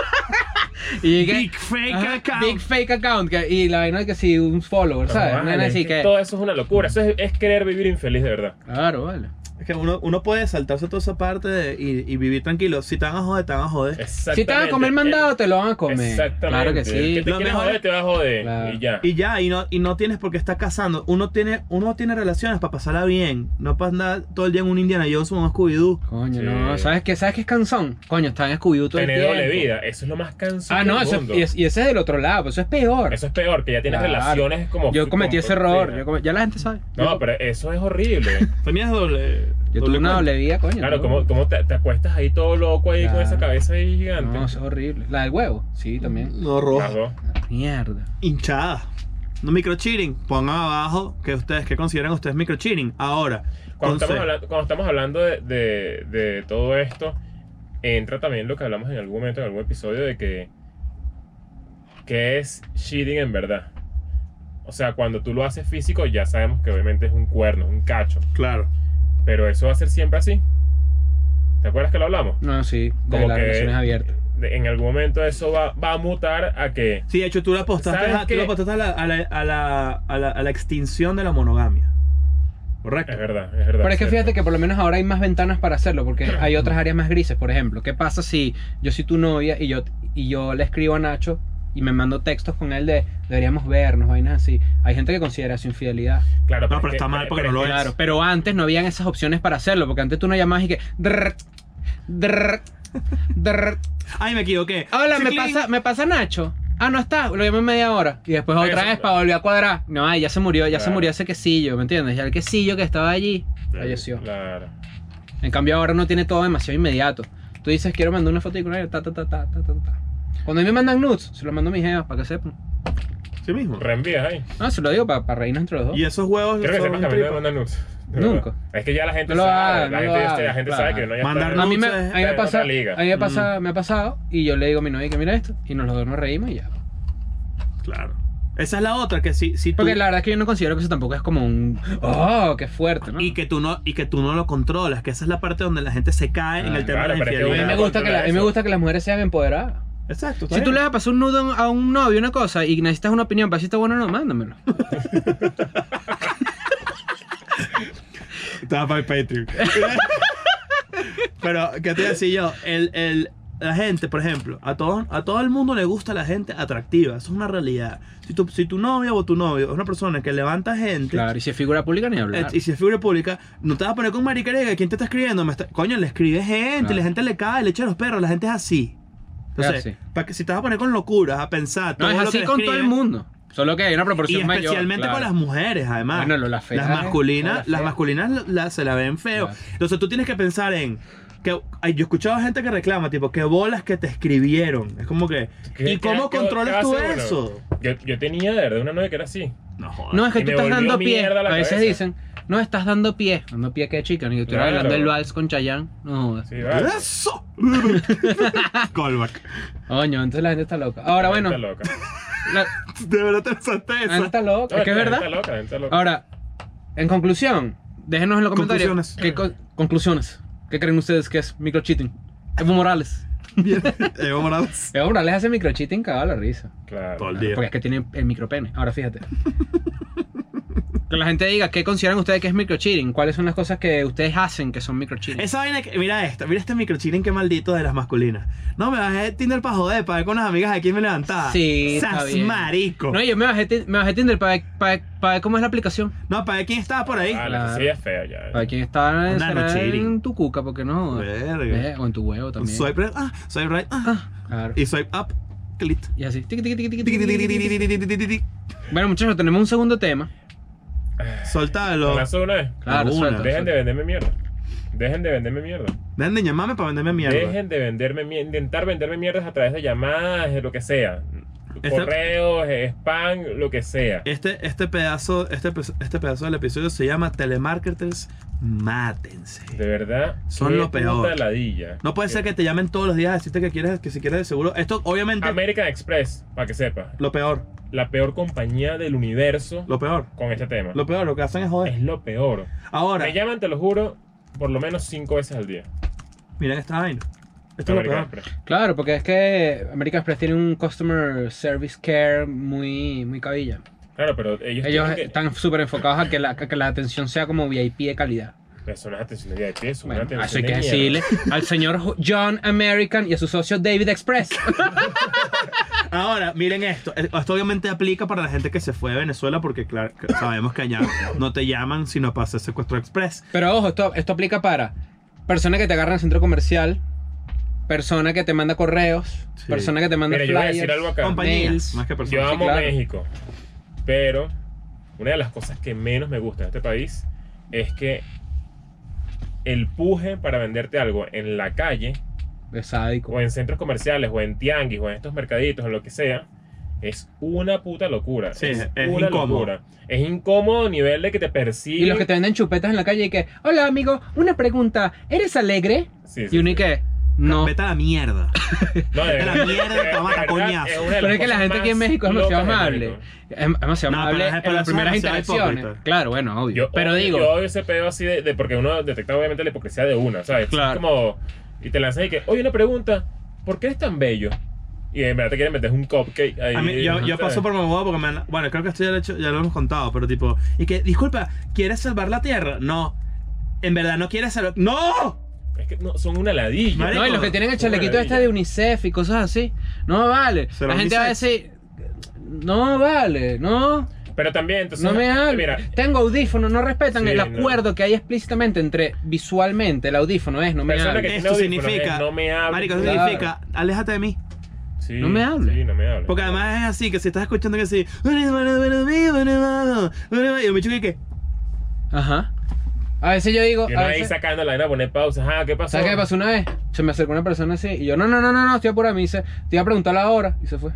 y que, Big fake ajá, account. Big fake account. Y la vaina es que sí, un follower, No, ¿sabes? vale, Una vaina así es que que. todo eso es una locura. Eso es querer vivir infeliz de verdad. Claro, vale. Es que uno puede saltarse toda esa parte y vivir tranquilo. Si te van a joder, te van a joder. Exactamente. Si te van a comer mandado, te lo van a comer. Exactamente. Claro que El sí. que te Lo quiere mejor joder, es- te va a joder. Claro. Y ya. Y ya, y no tienes por qué estar casando. Uno tiene relaciones para pasarla bien. No para andar todo el día en un Indiana Jones o un Scooby-Doo. Coño, Sí. no. ¿Sabes qué es cansón? Coño, está en Scooby-Doo todo el Tener tiempo. doble vida. Eso es lo más cansado Ah, no, del eso mundo. y ese es del otro lado, eso es peor. Eso es peor, que ya tienes Claro. relaciones como... Yo cometí ese error. Sí. Ya la gente sabe. No, pero eso es horrible. Tenías doble. Yo tuve una cuenta. doble vida, coño. Claro, ¿no? como te acuestas ahí todo loco ahí con Claro. esa cabeza ahí gigante. No, eso es horrible. La del huevo, sí, también. No, rojo. Las dos. Mierda. Hinchada. No microcheating. Pongan abajo que consideran ustedes microcheating. Ahora, Cuando consejo. estamos hablando de todo esto, entra también lo que hablamos en algún momento, en algún episodio, de que es cheating en verdad. O sea, cuando tú lo haces físico, ya sabemos que obviamente es un cuerno, es un cacho. Claro. Pero eso va a ser siempre así. ¿Te acuerdas que lo hablamos? No, sí, de Como las que relaciones abiertas. en algún momento eso va a mutar a que... Sí, de hecho, tú la apostaste, ¿Sabes tú qué? la apostaste a la extinción de la monogamia. Correcto. Es verdad, es verdad. Pero es que cierto. fíjate que por lo menos ahora hay más ventanas para hacerlo, porque hay otras áreas más grises. Por ejemplo, ¿qué pasa si yo soy tu novia y yo le escribo a Nacho y me mando textos con él de deberíamos vernos, vainas así? Hay gente que considera eso infidelidad. Claro, No, es pero que- está mal porque no lo es. Claro, pero antes no habían esas opciones para hacerlo, porque antes tú no llamabas y que... Ay, me equivoqué. Hola, Chiclín. me pasa Nacho. Ah, no está, lo llamé en media hora. Y después Eso, otra vez para volver a cuadrar. No, ay, ya se murió Claro. ese quesillo, ¿me entiendes? Ya el quesillo que estaba allí falleció. Claro. En cambio ahora uno tiene todo demasiado inmediato. Tú dices, quiero mandar una foto con él, ta. Cuando a mí me mandan nudes, se lo mando a mis jevas para que sepan. Sí mismo. Reenvías ahí. No, se lo digo para reírnos entre los dos. Y esos huevos Creo que son sepas que a mí no tripa. me mandan nudes. De Nunca. verdad. Es que ya la gente No lo sabe. hagas, La no lo gente, hagas, la gente claro. sabe que no ya Mandar está. A mí me, nudes a mí me en otra pasa, liga. a mí me ha pasado y yo le digo a mi novia que mira esto y nos reímos y ya. Claro. Esa es la otra, que si tú... Porque la verdad es que yo no considero que eso tampoco es como un... ¡Oh, qué fuerte! ¿no? Y que tú no lo controlas, que esa es la parte donde la gente se cae en el tema Claro, de la pero es que A mí infidelidad. me gusta que a mí me gusta que las mujeres sean empoderadas. Exacto. está Si tú bien. le vas a pasar un nudo a un novio, una cosa, y necesitas una opinión para si está bueno o no, mándamelo. Estaba para el Patreon. Pero, ¿qué te decía yo? La gente, por ejemplo, a todo el mundo le gusta la gente atractiva. Eso es una realidad. Si tu novia o tu novio es una persona que levanta gente, Claro, y si es figura pública ni hablar. y si es figura pública, no te vas a poner con maricarega. ¿Quién te está escribiendo? Coño, le escribe gente, Claro. la gente le cae, le echa los perros, la gente es así. Entonces, así. para que si te vas a poner con locuras, a pensar No, todo es lo que así le con todo el escriben, mundo. Solo que hay una y proporción mayor. especialmente claro. con las mujeres, además. Bueno, las feas, las masculinas, las las feas. masculinas se la ven feo. Claro. Entonces tú tienes que pensar en que ay, yo he escuchado gente que reclama, tipo, que bolas que te escribieron. Es como que, ¿y cómo controlas tú eso? Yo tenía de verdad una novia que era así. No jodas. No, es que Y tú me estás volvió dando pie. mierda la A veces cabeza. dicen, no, estás dando pie. Dando pie que chica, ni que estuviera Claro. hablando del vals con Chayanne. No jodas. Sí, vale. ¡Eso! Callback. Coño, entonces la gente está loca. Ahora, bueno, Está loca. la De verdad te pensaste gente eso. está loca. No, Es que es la gente verdad. Está loca, la gente está loca. Ahora, en conclusión, déjenos en los comentarios. Conclusiones. Conclusiones. ¿Qué creen ustedes que es microcheating? Evo Morales. Bien. Evo Morales. Evo Morales hace microcheating cagado la risa. Claro. Todo el día. Porque es que tiene el micropene. Ahora fíjate. Que la gente diga qué consideran ustedes que es microcheating. ¿Cuáles son las cosas que ustedes hacen que son microcheating? Esa vaina que, mira este microcheating que maldito de las masculinas. No, me bajé Tinder para joder, para ver con unas amigas aquí me levantaba. Sí, está Sas bien. marico. No, yo me bajé Tinder para ver cómo es la aplicación. No, para ver quién estaba por ahí. Vale, Claro. sí es feo ya. Para quién está Una será no cheating. en tu cuca, porque no. Verga. O en tu huevo también. Swipe right, swipe right, Claro. y swipe up, click. Y así. Tiqui, tiqui, tiqui, tiqui, Tiqui, tiqui, tiqui, tiqui, tiqui, tiqui. tiqui, tiqui, tiqui, tiqui. Bueno, muchachos, tenemos un segundo tema. Soltalo. ¿Me lanzo una vez? Claro, Una. suelta. Dejen de venderme mierda. Dejen de venderme mierda. Dejen de llamarme para venderme mierda. Dejen de venderme mierda. Intentar venderme mierdas a través de llamadas, de lo que sea. Correos, spam, lo que sea. Este pedazo del episodio se llama Telemarketers Mátense. De verdad. Son qué lo peor. puta ladilla. No puede ser que te llamen todos los días a decirte que si quieres de seguro. Esto obviamente American Express, para que sepa. lo peor, La peor compañía del universo lo peor. con este tema. Lo peor, lo que hacen es joder. Es lo peor. Ahora, Me llaman, te lo juro, por lo menos 5 veces al día. miren esta vaina. Esto es lo American peor. Express. Claro, porque es que American Express tiene un customer service care muy, muy cabilla. Claro, pero ellos Ellos tienen que- están súper enfocados a que la atención sea como VIP de calidad. Eso no es atención de VIP, eso es Bueno, una atención eso hay de que mierda. decirle al señor John American y a su socio David Express. Ahora, miren esto. Esto obviamente aplica para la gente que se fue de Venezuela porque claro, que sabemos que allá no te llaman sino para hacer secuestro express. Pero ojo, esto aplica para personas que te agarran en el centro comercial, persona que te manda correos, Sí. persona que te manda Mira, yo voy a flyers. decir algo acá. Compañías, mails. más que Yo personas. amo claro. México, pero una de las cosas que menos me gusta de este país es que el puje para venderte algo en la calle De sádico. o en centros comerciales o en tianguis o en estos mercaditos o lo que sea es una puta locura. Sí, es es una incómodo. locura. Es incómodo a nivel de que te persiguen. Y los que te venden chupetas en la calle y que, hola amigo, una pregunta, ¿eres alegre? Sí, sí, Y uno y sí. que, no. Vete a la mierda. No, de Vete a la verdad, mierda, de te va a matar verdad, coñazo. es una de Pero las es que la cosas gente aquí en más México es demasiado locas de amable. México. Es demasiado No, amable pero en las eso es primeras demasiado interacciones. hipócrita. Claro, bueno, obvio. Yo, pero digo, yo odio ese pedo así de porque uno detecta obviamente la hipocresía de una, ¿sabes? Claro. Es como, y te lanzas y que, oye, una pregunta, ¿por qué eres tan bello? Y en verdad te quieren meter un cupcake ahí. A mí, yo ¿sabes? paso por mamá porque bueno, creo que esto ya lo hemos contado, pero tipo, y que, disculpa, ¿quieres salvar la tierra? No. En verdad no quieres salvar. ¡No! Es que no, son una ladilla. Marico, no, y los que tienen el Una chalequito este maravilla. de UNICEF y cosas así. No vale. ¿Será La gente va a unisex? decir, no vale, no. Pero también, entonces, No me hablen. mira, Tengo audífonos, no respetan Sí, el no. acuerdo que hay explícitamente entre visualmente el audífono es no me Persona hables. que- Esto tiene audífonos, significa. no me hables. Marico, eso Claro. significa, aléjate de mí. sí, no me hables. Sí, no me hables. Porque además es así, que si estás escuchando que así. Y el bicho que. Ajá. A veces yo digo, Y uno a ahí veces, sacando la vaina, poner pausa. Ah, ¿qué pasó? ¿sabes qué me pasó una vez? Se me acercó una persona así y yo, no, estoy apurado. Me dice, te iba a preguntar la hora y se fue.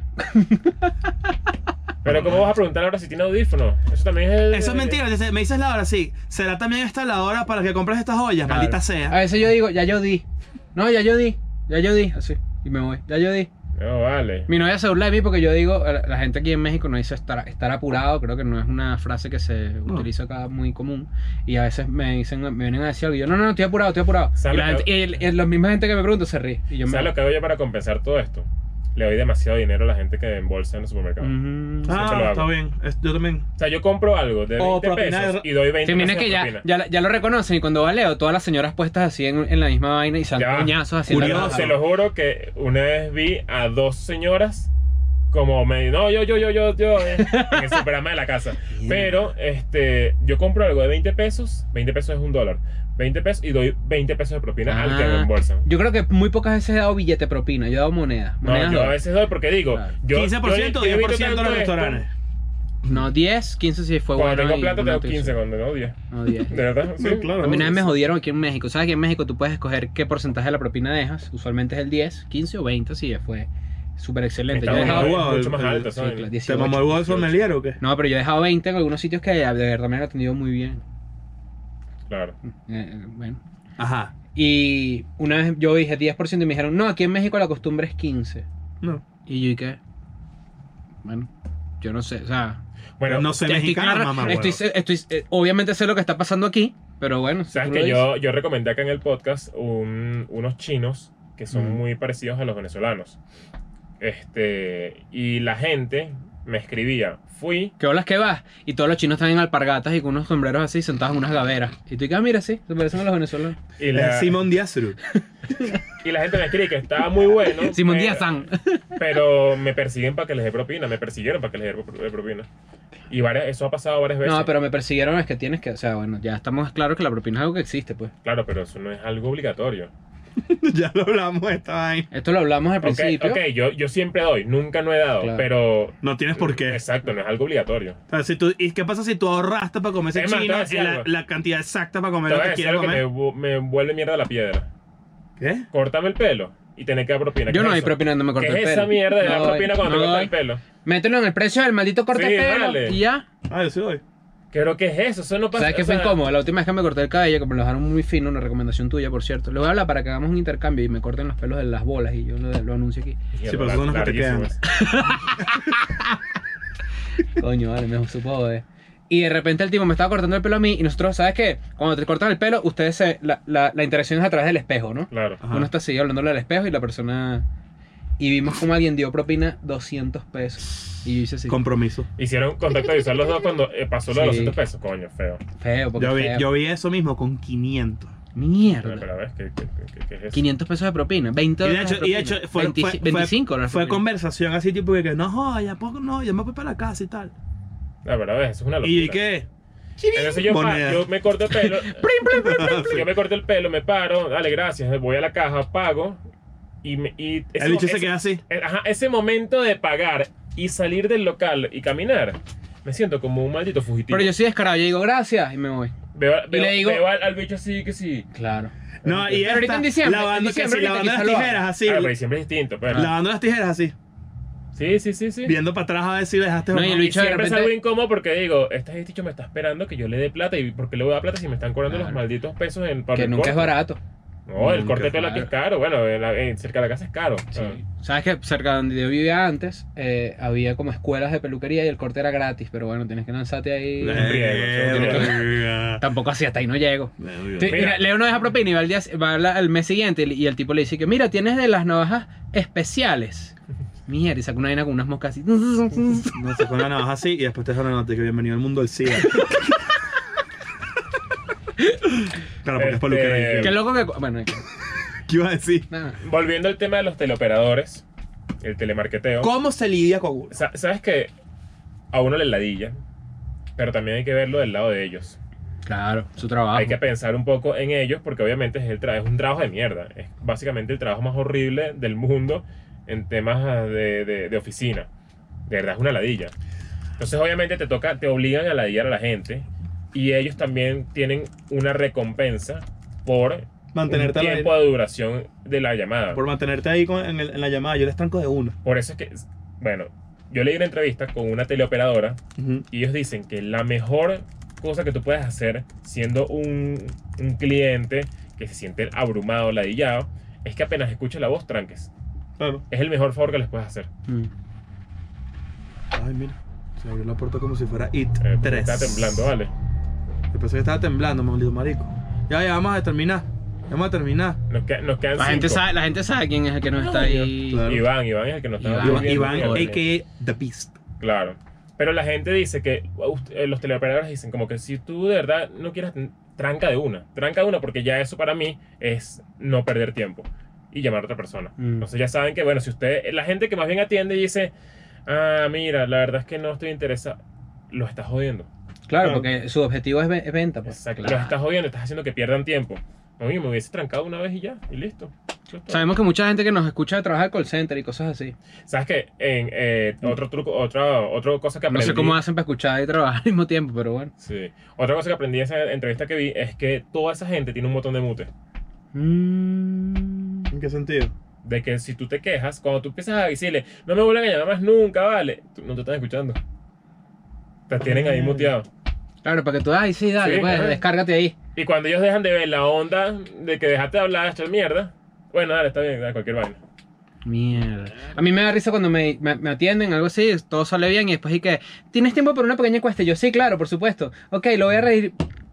Pero ¿cómo vas a preguntar ahora si tiene audífonos? Eso también es... Eso es mentira. Dice, me dices la hora, sí. ¿Será también esta la hora para que compres estas joyas? Claro. Maldita A sea. veces yo digo, ya yo di. No, ya yo di, así. Y me voy, ya yo di. No, vale. Mi novia se burla de mí porque yo digo, la gente aquí en México no dice estar apurado, creo que no es una frase que se utiliza acá muy común. Y a veces me vienen a decir algo y yo, no, estoy apurado. ¿Sabes Y la lo gente, que- y la misma gente que me pregunta se ríe. Y yo me ¿Sabes lo que hago yo para compensar todo esto? Le doy demasiado dinero a la gente que embolsa en el supermercado. Ujú. Siempre lo Ah, hago. está bien. Yo también. O sea, yo compro algo de O 20 propina pesos de- y doy 20 Sí, mira pesos que de ya, propina. ya lo reconocen y cuando va Leo, todas las señoras puestas así en la misma vaina y se Ya. dan coñazos así. en la Curioso. cara. Se lo juro que una vez vi a dos señoras como medio, no, yo, en el superama de la casa. Pero, yo compro algo de 20 pesos es $1. 20 pesos y doy 20 pesos de propina al que me Ah, embolsan. yo creo que muy pocas veces he dado billete propina, yo he dado monedas. No, monedas yo a doy. veces doy porque digo, Claro. yo 15% o yo evito 10% de tanto los esto. restaurantes. No, 10, 15 si fue Cuando bueno. tengo y plata una tengo tuición. 15, cuando no 10. No, 10. ¿De verdad? Sí, Sí, claro. A mí una vez me jodieron aquí en México. ¿Sabes que en México tú puedes escoger qué porcentaje de la propina dejas? Usualmente es el 10, 15 o 20 si ya fue súper excelente. Está Yo he bueno, dejado... Wow, mucho más alto, Sí, ¿sabes? claro, ¿Te 18. mamó el huevo el 18. sommelier o qué? No, pero yo he dejado 20 en algunos sitios que de verdad me han atendido muy bien. Claro. Bueno. Ajá. Y una vez yo dije 10% y me dijeron, no, aquí en México la costumbre es 15. No. Y yo, ¿y qué? Bueno, yo no sé, o sea... Bueno, no soy estoy mexicano, claro- mamá. obviamente sé lo que está pasando aquí, pero bueno. si sabes tú lo que dices. yo recomendé acá en el podcast unos chinos que son Mm. muy parecidos a los venezolanos. Y la gente me escribía, fui, ¿Qué olas que vas? Y todos los chinos están en alpargatas y con unos sombreros así sentados en unas gaveras. Y tú dices, mira, sí, se parecen a los venezolanos. y la, Es Simón Díaz-Ru. y la gente me escribe que estaba muy bueno. Simón pero- Díaz-san. Pero me persiguen para que les dé propina, me persiguieron para que les dé propina. Y eso ha pasado varias veces. No, pero me persiguieron, es que tienes que, o sea, bueno, ya estamos claros que la propina es algo que existe, pues. Claro, pero eso no es algo obligatorio. Ya lo hablamos de esta vaina. Esto lo hablamos al Ok, principio. ok, yo siempre doy, nunca no he dado, Claro. pero... No tienes por qué. Exacto, no es algo obligatorio. O sea, ¿y qué pasa si tú ahorraste para comer ese Es más, te voy chino a decir en algo. la cantidad exacta para Te comer voy lo a que decir quieres algo que comer? me vuelve mierda la piedra. ¿Qué? Córtame el pelo y tenés que dar propina. Yo ¿Qué no es hay eso? propina, no me corté ¿Qué el es pelo. esa mierda de dar No propina doy, cuando no te cortas doy. el pelo? Mételo en el precio del maldito corte Sí, de pelo vale. y ya. Ah, yo sí doy. Creo que es eso, eso no pasa. ¿Sabes qué o fue sea, incómodo? La última vez que me corté el cabello, que me lo dejaron muy fino, una recomendación tuya, por cierto. Le voy a hablar para que hagamos un intercambio y me corten los pelos de las bolas y yo lo anuncio aquí. mierda, Sí, pero son los que te larguísimo quedan. eso. Coño, vale, me supo joder. Y de repente el tipo me estaba cortando el pelo a mí y nosotros, ¿sabes qué? Cuando te cortan el pelo, la interacción es a través del espejo, ¿no? Claro. Ajá. Uno está así hablándole al espejo y la persona... Y vimos como alguien dio propina 200 pesos. Y yo hice así. Compromiso. Hicieron contacto visual los dos cuando pasó lo de Sí. 200 pesos. Coño, feo. Feo, porque feo. Yo vi eso mismo con 500. Mierda. Pero a ver, ¿qué es eso? 500 pesos de propina. 20 Y de dólares hecho, fue 25 dólares. fue propina. conversación así tipo de que no jodas, ya poco no, ya me voy para la casa y tal. La verdad, eso es una locura. ¿Y qué? Entonces Moneda. yo me corto el pelo. Yo me corto el pelo, me paro, dale, gracias, voy a la caja, pago. Y El bicho se queda así. Ajá, ese momento de pagar y salir del local y caminar, me siento como un maldito fugitivo. Pero yo soy descarado. Yo digo gracias y me voy. Veo le digo- al bicho así que sí. Claro. No, y Pero ahorita en diciembre, lavando, en diciembre, que sí, ahorita lavando las quizá lo tijeras haga. así. Ah, pero siempre es distinto, pero. Lavando las tijeras así. Sí. Viendo para atrás a ver si dejaste No, o y no. el Y bicho de siempre es repente- algo incómodo porque digo, este bicho me está esperando que yo le dé plata. ¿Y por qué le voy a dar plata si me están cobrando Claro. los malditos pesos en para Que el nunca es corte? barato. No, el Nunca, corte de pelo aquí es caro. Bueno, cerca de la casa es caro. Sí. Sabes que cerca de donde yo vivía antes, había como escuelas de peluquería y el corte era gratis, pero bueno, tienes que lanzarte ahí. Verga. Tampoco así, hasta ahí no llego. Verga. Sí, mira, Leo no deja propina y va al mes siguiente y el tipo le dice que mira, tienes de las navajas especiales. Mierda, y saca una vaina con unas moscas así. No, sacó una navaja así y después te dejaron una nota que bienvenido al mundo del SIDA. Claro, porque es peluquería. Qué loco que... Bueno, ¿Qué iba a decir? nada. Volviendo al tema de los teleoperadores, el telemarketeo. ¿Cómo se lidia con uno? Sabes que a uno le ladilla, pero también hay que verlo del lado de ellos. Claro, su trabajo. Hay que pensar un poco en ellos porque obviamente es un trabajo de mierda. Es básicamente el trabajo más horrible del mundo en temas de oficina. De verdad es una ladilla. Entonces obviamente te obligan a ladillar a la gente y ellos también tienen una recompensa por Mantenerte un al tiempo aire. de duración de la llamada. Por mantenerte ahí en la llamada. Yo les tranco de uno. Por eso es que, bueno, yo leí una entrevista con una teleoperadora y ellos dicen que la mejor cosa que tú puedes hacer siendo un cliente que se siente abrumado, ladillado, es que apenas escuches la voz, tranques. Claro. Es el mejor favor que les puedes hacer. Mm. Ay, mira. Se abrió la puerta como si fuera IT Porque 3. está temblando, ¿vale? Yo pensé que estaba temblando, maldito marico. Ya, vamos a terminar. Vamos a terminar. Nos quedan La gente cinco. sabe quién es el que no está ahí. Claro. Iván es el que nos está Iván, viendo. Iván, a.k.a. The Beast. Claro. Pero la gente dice que, los teleoperadores dicen como que si tú de verdad no quieres, tranca de una porque ya eso para mí es no perder tiempo y llamar a otra persona. Entonces ya saben que, bueno, si la gente que más bien atiende y dice, ah, mira, la verdad es que no estoy interesado, lo estás jodiendo. Claro, Claro. porque su objetivo es venta. Pues. Exacto. Claro. Los estás jodiendo, estás haciendo que pierdan tiempo. Oye, me hubiese trancado una vez y ya, y listo. Eso es todo. Sabemos que mucha gente que nos escucha trabaja en call center y cosas así. ¿Sabes qué? Otro truco, otra cosa que No aprendí. sé cómo hacen para escuchar y trabajar al mismo tiempo, pero bueno. Sí. Otra cosa que aprendí en esa entrevista que vi es que toda esa gente tiene un botón de mute. ¿En qué sentido? De que si tú te quejas, cuando tú empiezas a decirle, no me vuelvan a llamar más nunca, vale, no te están escuchando. Te tienen ahí muteado. Claro, para que tú, ay, sí, dale, Sí, pues, ajá. descárgate ahí. Y cuando ellos dejan de ver la onda de que dejaste de hablar, echar mierda, bueno, dale, está bien, dale, cualquier vaina. Mierda. A mí me da risa cuando me atienden, algo así, todo sale bien y después y que, ¿tienes tiempo para una pequeña encuesta? Y yo, sí, claro, por supuesto. Ok, lo voy a reír.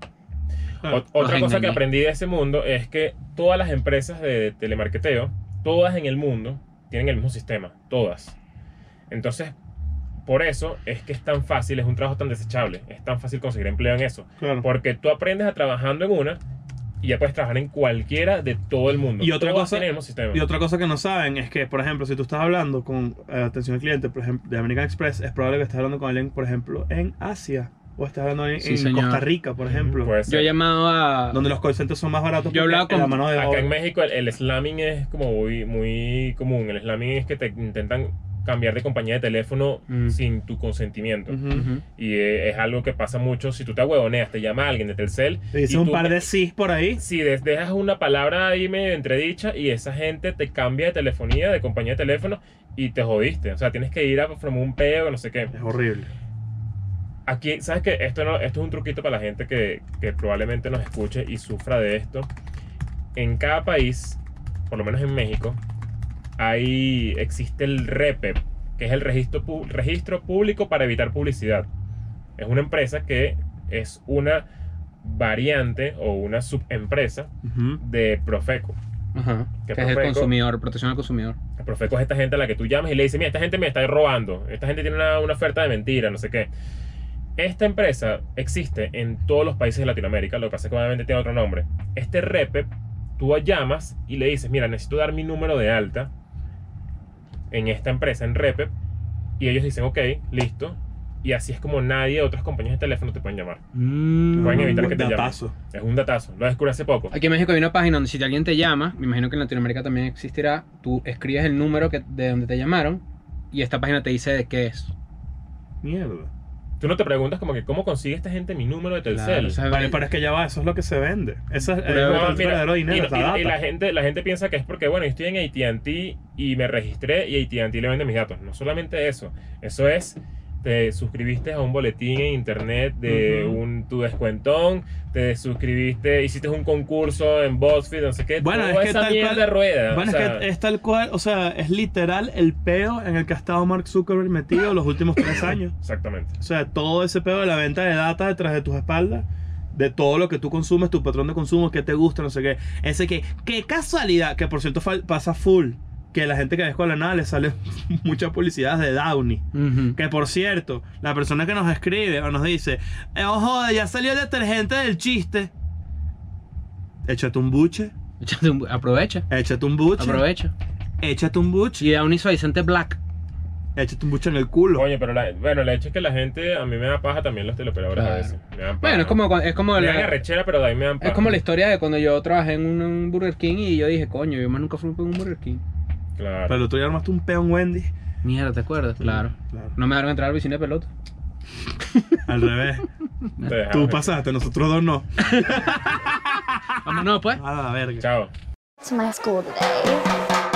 Otra cosa que engañé. aprendí de ese mundo es que todas las empresas de telemarketeo, todas en el mundo, tienen el mismo sistema, todas. Entonces, por eso es que es tan fácil, es un trabajo tan desechable, es tan fácil conseguir empleo en eso. Claro. Porque tú aprendes a trabajando en una y ya puedes trabajar en cualquiera de todo el mundo. Y otra Todas cosa- tienen el mismo sistema. Y otra cosa que no saben es que, por ejemplo, si tú estás hablando con atención al cliente, por ejemplo, de American Express, es probable que estés hablando con alguien, por ejemplo, en Asia. O estés hablando en, Sí, en señor. Costa Rica, por ejemplo. Puede Yo ser. he llamado a... Donde los call centers son más baratos. Yo he hablado porque la con- mano de Acá obra. en México el slamming es como muy común. El slamming es que te intentan cambiar de compañía de teléfono sin tu consentimiento. Ujú. Ujú. Y es algo que pasa mucho. Si tú te ahuevoneas, te llama alguien de Telcel. Te dices y un tú- par de sís por ahí. Si dejas una palabra ahí medio entredicha y esa gente te cambia de telefonía, de compañía de teléfono y te jodiste. O sea, tienes que ir a formar un peo, no sé qué. Es horrible. Aquí, ¿sabes qué? Esto es un truquito para la gente que probablemente nos escuche y sufra de esto. En cada país, por lo menos en México, existe el REPEP, que es el registro público para evitar publicidad. Es una empresa que es una variante o una subempresa Ujú. de Profeco. Ajá. ¿Qué Que es el Profeco? consumidor, protección al consumidor. El Profeco es esta gente a la que tú llamas y le dices, mira, esta gente me está robando, esta gente tiene una oferta de mentira, no sé qué. Esta empresa existe en todos los países de Latinoamérica, lo que pasa es que obviamente tiene otro nombre. Este REPEP, tú llamas y le dices, mira, necesito dar mi número de alta en esta empresa, en REPEP, y ellos dicen, ok, listo. Y así es como nadie, otras compañías de teléfono te pueden llamar. Pueden evitar que te llamen. Datazo. Es un datazo, lo descubrí hace poco. Aquí en México hay una página donde si alguien te llama, me imagino que en Latinoamérica también existirá, tú escribes el número de donde te llamaron y esta página te dice de qué es. Mierda. Tú no te preguntas como que, ¿cómo consigue esta gente mi número de Telcel? Claro, o sea, Vale, pero es que ya va, eso es lo que se vende. Eso es Pero, el No, mira, verdadero dinero, esa data. y la gente piensa que es porque, bueno, yo estoy en AT&T y me registré y AT&T le vende mis datos. No solamente eso. Eso es, te suscribiste a un boletín en internet de Ujú. tu descuentón, te suscribiste, hiciste un concurso en BuzzFeed, no sé qué. Bueno, toda es que esa tal mierda cual- rueda. Bueno, o sea, es que es tal cual, o sea, es literal el peo en el que ha estado Mark Zuckerberg metido los últimos 3 años. Exactamente. O sea, todo ese peo de la venta de data detrás de tus espaldas, de todo lo que tú consumes, tu patrón de consumo, qué te gusta, no sé qué. Ese que, qué casualidad, que por cierto pasa full, que la gente que ve Escuela de Nada le sale mucha publicidad de Downy. Ujú. Que por cierto, la persona que nos escribe o nos dice, ojo, ya salió el detergente del chiste. Échate un buche, Aprovecha, échate un buche, aprovecha. échate un buche, Y da un suavizante black. échate un buche en el culo. Coño, pero bueno, el hecho es que la gente, a mí me da paja también los teleoperadores a Claro. veces. Me dan paja. Bueno, es como Me dan la, arrechera, pero de ahí me dan paja. es como la historia de cuando yo trabajé en un Burger King y yo dije, coño, yo más nunca fui a un Burger King. Claro. Pero el otro día armaste un peo en Wendy. Mierda, ¿te acuerdas? Claro. Claro. No me dejaron entrar a la piscina de pelota. Al revés. Te dejaron. Tú pasaste, nosotros dos no. Vámonos, pues. A la verga. Chao. To my school today.